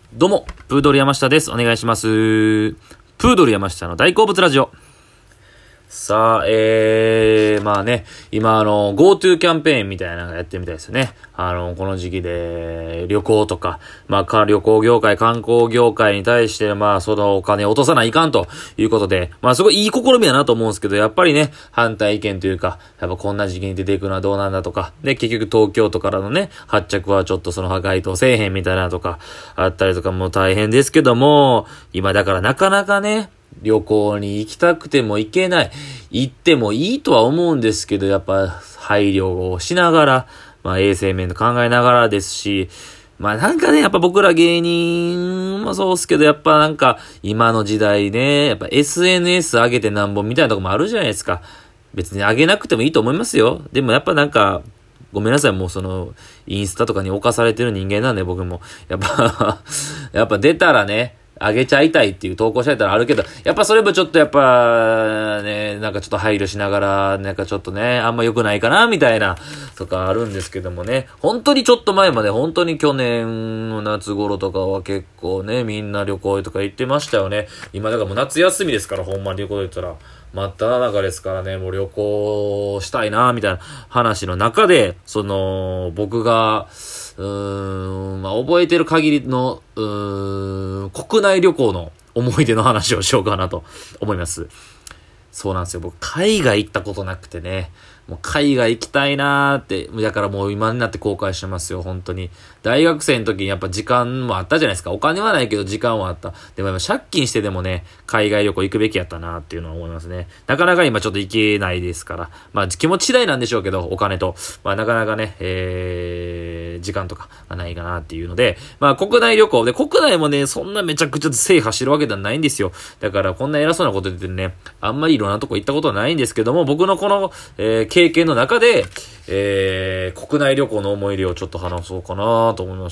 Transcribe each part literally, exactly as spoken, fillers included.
どうも、プードル山下です。お願いします。プードル山下の大好物ラジオ。さあ、えー、まあね、今あの、GoTo キャンペーンみたいなのやってるみたいですよね。あの、この時期で旅行とか、まあ、旅行業界、観光業界に対して、まあ、そのお金を落とさないかんということで、まあ、すごいいい試みやなと思うんですけど、やっぱりね、反対意見というか、やっぱこんな時期に出ていくのはどうなんだとか、で、結局東京都からのね、発着はちょっとその破壊とせえへんみたいなとか、あったりとかも大変ですけども、今だからなかなかね、旅行に行きたくても行けない。行ってもいいとは思うんですけど、やっぱ配慮をしながら、まあ衛生面で考えながらですし、まあなんかね、やっぱ僕ら芸人もそうっすけど、やっぱなんか今の時代ね、やっぱ エスエヌエス 上げてなんぼみたいなとこもあるじゃないですか。別に上げなくてもいいと思いますよ。でもやっぱなんか、ごめんなさい、もうその、インスタとかに侵されてる人間なんで僕も。やっぱ、やっぱ出たらね、あげちゃいたいっていう投稿したいたらあるけど、やっぱそれもちょっとやっぱ、ね、なんかちょっと配慮しながら、なんかちょっとね、あんま良くないかな、みたいな、とかあるんですけどもね。本当にちょっと前まで、本当に去年の夏頃とかは結構ね、みんな旅行とか行ってましたよね。今だからもう夏休みですから、ほんまに旅行で言ったら。真っ只中ですからね、もう旅行したいな、みたいな話の中で、その、僕が、うーん、まあ、覚えてる限りの、うーん、国内旅行の思い出の話をしようかなと思います。そうなんですよ。僕、海外行ったことなくてね。もう海外行きたいなーって。だからもう今になって後悔してますよ、本当に。大学生の時にやっぱ時間もあったじゃないですか。お金はないけど時間はあった。でもやっぱ借金してでもね、海外旅行行くべきやったなーっていうのは思いますね。なかなか今ちょっと行けないですから。まあ気持ち次第なんでしょうけど、お金と。まあなかなかね、えー、時間とかがないかなっていうので、まあ国内旅行で、国内もね、そんなめちゃくちゃ制覇してるわけではないんですよ。だからこんな偉そうなこと言ってね、あんまりいろんなとこ行ったことはないんですけども、僕のこの、えー、経験の中で、えー、国内旅行の思い出をちょっと話そうかなと思います。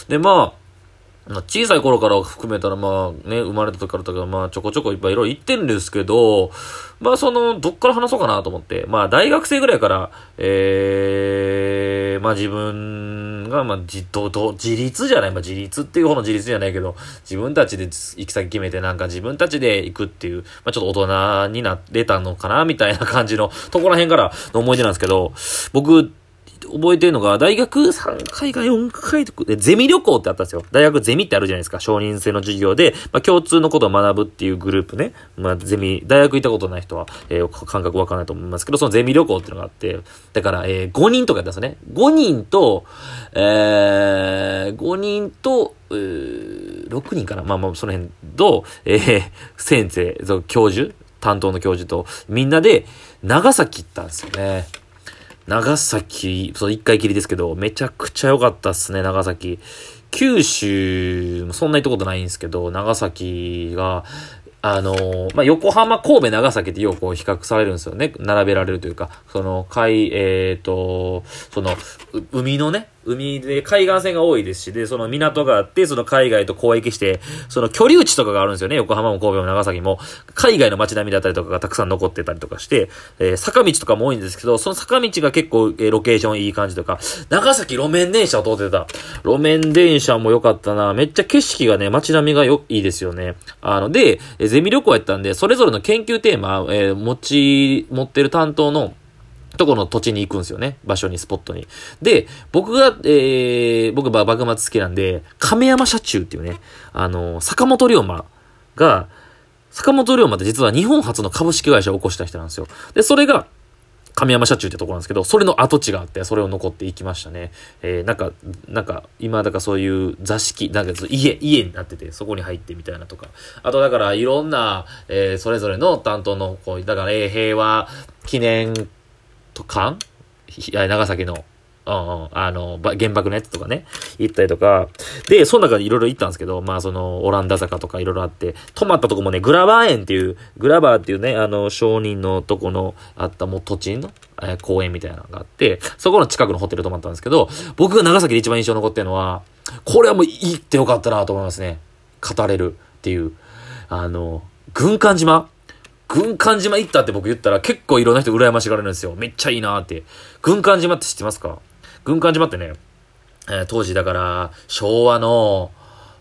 で、まあ、小さい頃から含めたら、まあね、生まれた時からとか、まあちょこちょこいっぱいいろいろ行ってんですけど、まあその、どっから話そうかなと思って、まあ大学生ぐらいから、えー、まあ自分が、まあ自、と、と、自立じゃない、まあ自立っていう方の自立じゃないけど、自分たちで行き先決めてなんか自分たちで行くっていう、まあちょっと大人になれたのかな、みたいな感じのところら辺からの思い出なんですけど、僕、覚えてるのが、大学さんかいかよんかいとかで、ゼミ旅行ってあったんですよ。大学ゼミってあるじゃないですか。少人数の授業で、まあ、共通のことを学ぶっていうグループね。まあ、ゼミ、大学行ったことない人は、えー、感覚わかんないと思いますけど、そのゼミ旅行っていうのがあって、だから、えー、ごにんとかやったんですよね。ごにんと、えー、ごにんと、えー、ろくにんかな。まあまあ、その辺と、えー、先生、教授、担当の教授と、みんなで、長崎行ったんですよね。長崎、そう、一回きりですけど、めちゃくちゃ良かったっすね、長崎。九州、そんな行ったことないんですけど、長崎が、あのー、まあ、横浜、神戸、長崎ってよくこう比較されるんですよね。並べられるというか、その、海、えっと、その、海のね、海で海岸線が多いですし、で、その港があって、その海外と交易して、その居留地とかがあるんですよね。横浜も神戸も長崎も。海外の街並みだったりとかがたくさん残ってたりとかして、えー、坂道とかも多いんですけど、その坂道が結構、えー、ロケーションいい感じとか、長崎路面電車を通ってた。路面電車も良かったな。めっちゃ景色がね、街並みがよ、いいですよね。あの、で、ゼミ旅行やったんで、それぞれの研究テーマ、えー、持ち、持ってる担当の、とこの土地に行くんですよね。場所に、スポットに。で、僕が、えー、僕は幕末好きなんで、亀山社中っていうね、あの、坂本龍馬が、坂本龍馬って実は日本初の株式会社を起こした人なんですよ。で、それが、亀山社中ってとこなんですけど、それの跡地があって、それを残っていきましたね。えー、なんか、なんか、今、だからそういう座敷、なんか家、家になってて、そこに入ってみたいなとか。あと、だから、いろんな、えー、それぞれの担当の、こう、だから、えー、平和記念と館長崎の、うんうん、あの、原爆のやつとかね、行ったりとか、で、その中でいろいろ行ったんですけど、まあその、オランダ坂とかいろいろあって、泊まったとこもね、グラバー園っていう、グラバーっていうね、あの、商人のとこの、あったもう土地の、えー、公園みたいなのがあって、そこの近くのホテル泊まったんですけど、僕が長崎で一番印象に残ってるのは、これはもう行ってよかったなと思いますね。語れるっていう、あの、軍艦島軍艦島行ったって僕言ったら結構いろんな人羨ましがられるんですよ。めっちゃいいなーって。軍艦島って知ってますか？軍艦島ってね、えー、当時だから昭和の、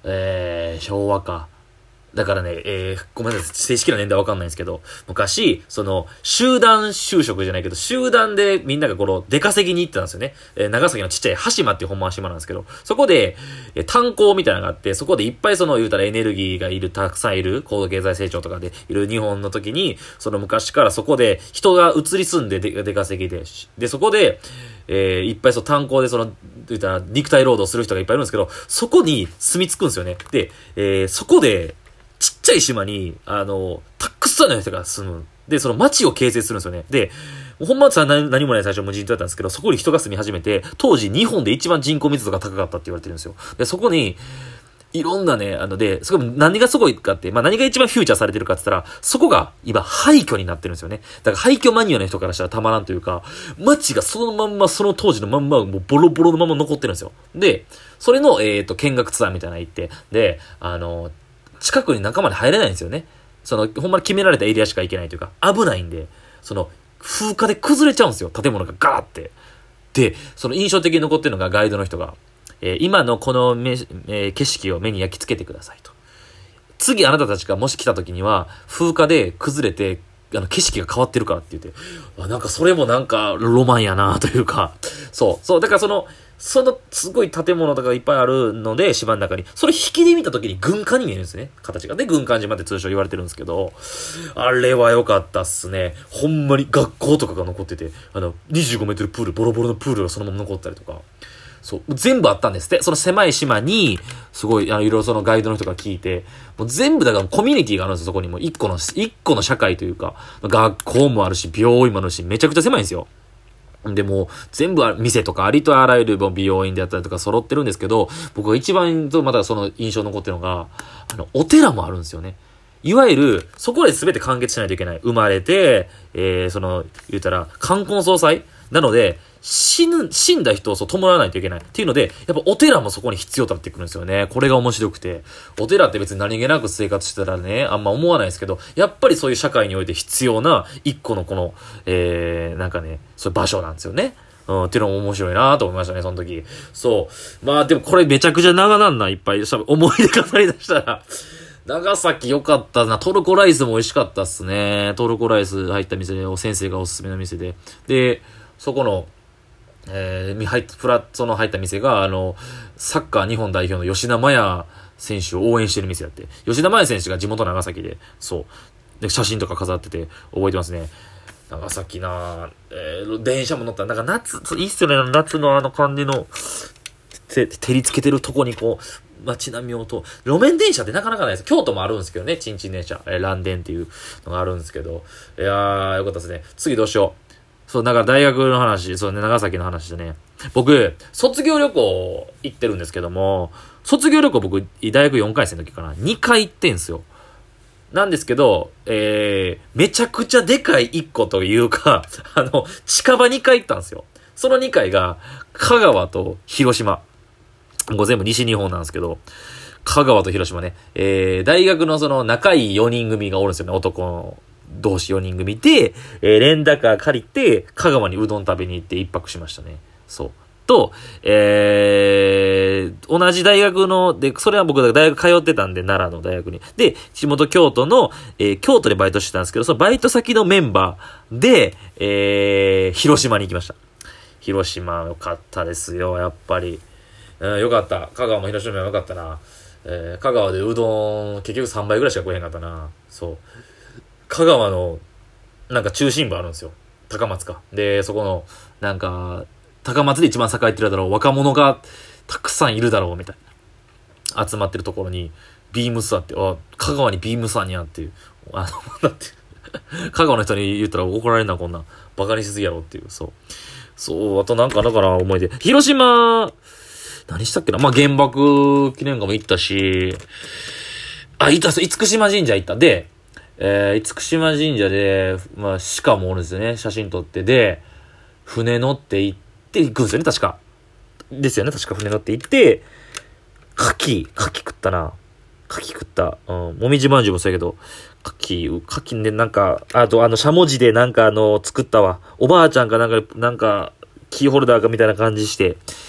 えー、昭和か。だからね、えー、ごめんなさい、正式な年代わかんないんですけど、昔、その、集団就職じゃないけど、集団でみんながこの、出稼ぎに行ってたんですよね。えー、長崎のちっちゃい羽島っていう本間島なんですけど、そこで、えー、炭鉱みたいなのがあって、そこでいっぱいその、言うたらエネルギーがいる、たくさんいる、高度経済成長とかでいる日本の時に、その昔からそこで人が移り住んで出出稼ぎで、で、そこで、えー、いっぱいその炭鉱でその、言うたら肉体労働する人がいっぱいいるんですけど、そこに住み着くんですよね。で、えー、そこで、ちっちゃい島に、あの、たくさんの人が住む。で、その町を形成するんですよね。で、ほんまは何何もない最初無人島だったんですけど、そこに人が住み始めて、当時日本で一番人口密度が高かったって言われてるんですよ。で、そこに、いろんなね、あので、そこ何がすごいかって、まあ何が一番フューチャーされてるかって言ったら、そこが今廃墟になってるんですよね。だから廃墟マニアの人からしたらたまらんというか、街がそのまんま、その当時のまんま、もうボロボロのまま残ってるんですよ。で、それの、えっと、見学ツアーみたいなの行って、で、あの、近くに中まで入れないんですよね。その、ほんまに決められたエリアしか行けないというか、危ないんで、その、風化で崩れちゃうんですよ。建物がガーって。で、その印象的に残ってるのがガイドの人が、えー、今のこのめ、えー、景色を目に焼き付けてくださいと。次あなたたちがもし来た時には、風化で崩れて、あの、景色が変わってるからって言って、あ、なんかそれもなんかロマンやなというか、そう、そう、だからその、そのすごい建物とかいっぱいあるので、島の中に。それ引きで見たときに軍艦に見えるんですね。形が。で、軍艦島って通称言われてるんですけど、あれは良かったっすね。ほんまに学校とかが残ってて、あの、にじゅうごメートルプール、ボロボロのプールがそのまま残ったりとか。そう。全部あったんですって。その狭い島に、すごい、あの、いろいろそのガイドの人が聞いて、もう全部だからコミュニティがあるんですよ、そこにも。一個の、一個の社会というか、学校もあるし、病院もあるし、めちゃくちゃ狭いんですよ。でも、全部店とかありとあらゆる美容院であったりとか揃ってるんですけど、僕が一番まだその印象に残ってるのが、あの、お寺もあるんですよね。いわゆる、そこで全て完結しないといけない。生まれて、えー、その、言うたら、冠婚葬祭なので、死ぬ、死んだ人をそう弔わないといけない。っていうので、やっぱお寺もそこに必要となってくるんですよね。これが面白くて。お寺って別に何気なく生活してたらね、あんま思わないですけど、やっぱりそういう社会において必要な一個のこの、えー、なんかね、そういう場所なんですよね。うん、っていうのも面白いなと思いましたね、その時。そう。まあでもこれめちゃくちゃ長なんな、いっぱい。思い出語り出したら。長崎良かったな。トルコライスも美味しかったっすね。トルコライス入った店で、先生がおすすめの店で。で、そこの、えー、入った、プラットの入った店が、あの、サッカー日本代表の吉田麻也選手を応援してる店やって。吉田麻也選手が地元長崎で、そう。で、写真とか飾ってて、覚えてますね。長崎なぁ、えー、電車も乗ったら、なんか夏、いいっすよね、夏のあの感じの、て、照りつけてるとこにこう、街並みをと、路面電車ってなかなかないです。京都もあるんですけどね、ちんちん電車、えー、蘭電っていうのがあるんですけど、いやー、よかったですね。次どうしよう。そう、だから大学の話、そうね、長崎の話でね。僕、卒業旅行行ってるんですけども、卒業旅行僕、大学よんかい生の時かな、にかい行ってんすよ。なんですけど、えー、めちゃくちゃでかいいっこというか、あの、近場にかい行ったんですよ。そのにかいが、香川と広島。もう全部西日本なんですけど、香川と広島ね。えー、大学のその仲いいよにん組がおるんですよね、男の。同士よにん組で、えー、レンタカー借りて、香川にうどん食べに行って一泊しましたね。そう。と、えー、同じ大学の、で、それは僕が大学通ってたんで、奈良の大学に。で、地元京都の、えー、京都でバイトしてたんですけど、そのバイト先のメンバーで、えー、広島に行きました。広島よかったですよ、やっぱり。うん、よかった。香川も広島もよかったな。えー、香川でうどん、結局さんばいぐらいしか食えへんかったな。そう。香川の、なんか中心部あるんですよ。高松か。で、そこの、なんか、高松で一番栄えてるだろう。若者がたくさんいるだろう、みたいな。集まってるところに、ビームスあって、あ、香川にビームスあんやっていう。あの、だって、香川の人に言ったら怒られるな、こんな。バカにしすぎやろっていう。そう。そう、あとなんか、だから思い出。広島、何したっけな、まあ、原爆記念館も行ったし、あ、行った、厳島神社行った。で、えー、厳島神社で、まあ、鹿もおるんですよね。写真撮って。で、船乗って行って行くんですよね、確か。ですよね、確か船乗って行って、牡蠣、牡蠣食ったな。牡蠣食った。うん、もみじまんじゅうもそうやけど、牡蠣、牡蠣でなんか、あとあの、しゃもじでなんかあの、作ったわ。おばあちゃんかなんか、なんか、キーホルダーかみたいな感じして、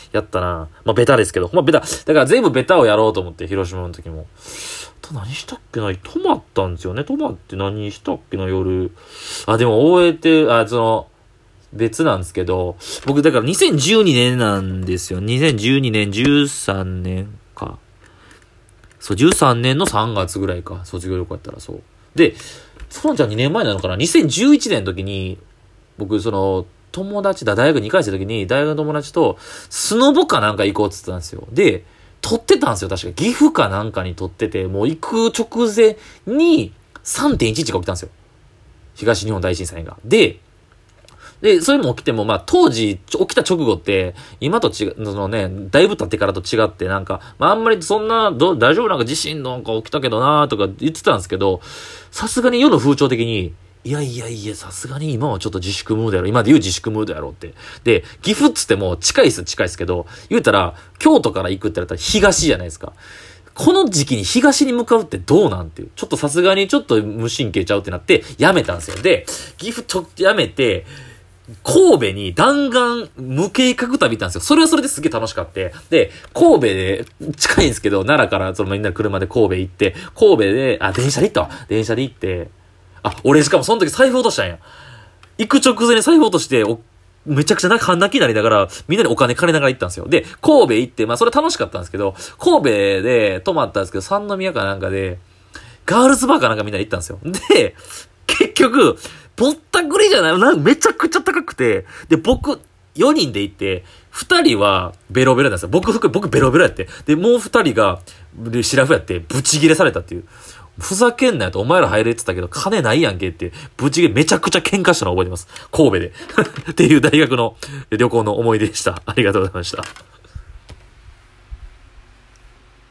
やったな。まあ、ベタですけど。ほんまベタ。だから全部ベタをやろうと思って、広島の時も。あと何したっけな、泊まったんですよね。泊まって何したっけな、夜。あ、でも終えて、あ、その、別なんですけど、僕だからにせんじゅうにねんなんですよ。にせんじゅうにねん、じゅうさんねんか。そう、じゅうさんねんのさんがつぐらいか。卒業旅行やったらそう。で、そのじゃあにねんまえなのかな ?にせんじゅういちねんの時に、僕、その、友達だ、大学にかい生の時に、大学の友達と、スノボかなんか行こうって言ってたんですよ。で、撮ってたんですよ。確か岐阜かなんかに撮ってて、もう行く直前に さんてんいちいち が起きたんですよ。東日本大震災が。で、で、それも起きても、まあ、当時、起きた直後って、今と違う、そのね、だいぶ経ってからと違って、なんか、まあ、あんまりそんな、ど、大丈夫なんか地震なんか起きたけどなーとか言ってたんですけど、さすがに世の風潮的に、いやいやいや、さすがに今はちょっと自粛ムードやろ。今で言う自粛ムードやろって。で、岐阜っつっても近いっす近いっすけど、言うたら、京都から行くってなったら東じゃないですか。この時期に東に向かうってどうなんていう。ちょっとさすがにちょっと無神経ちゃうってなって、やめたんですよ。で、岐阜ちょっとやめて、神戸に弾丸無計画旅行ったんですよ。それはそれですげえ楽しかった。で、神戸で、近いんですけど、奈良からそのみんな車で神戸行って、神戸で、あ、電車で行ったわ。電車で行って、あ、俺しかもその時財布落としたんや。行く直前に財布落として、おめちゃくちゃ半泣きになりながら、みんなにお金借りながら行ったんですよ。で、神戸行って、まあそれ楽しかったんですけど、神戸で泊まったんですけど、三宮かなんかで、ガールズバーかなんかみんなで行ったんですよ。で、結局、ぼったくりじゃないなんかめちゃくちゃ高くて、で、僕、よにんで行って、ふたりはベロベロなんですよ。僕、僕ベロベロやって。で、もうふたりが、シラフやって、ブチギレされたっていう。ふざけんなよと、お前ら入れって言ったけど、金ないやんけって、ぶちげめちゃくちゃ喧嘩したのを覚えてます。神戸で。っていう大学の旅行の思い出でした。ありがとうございました。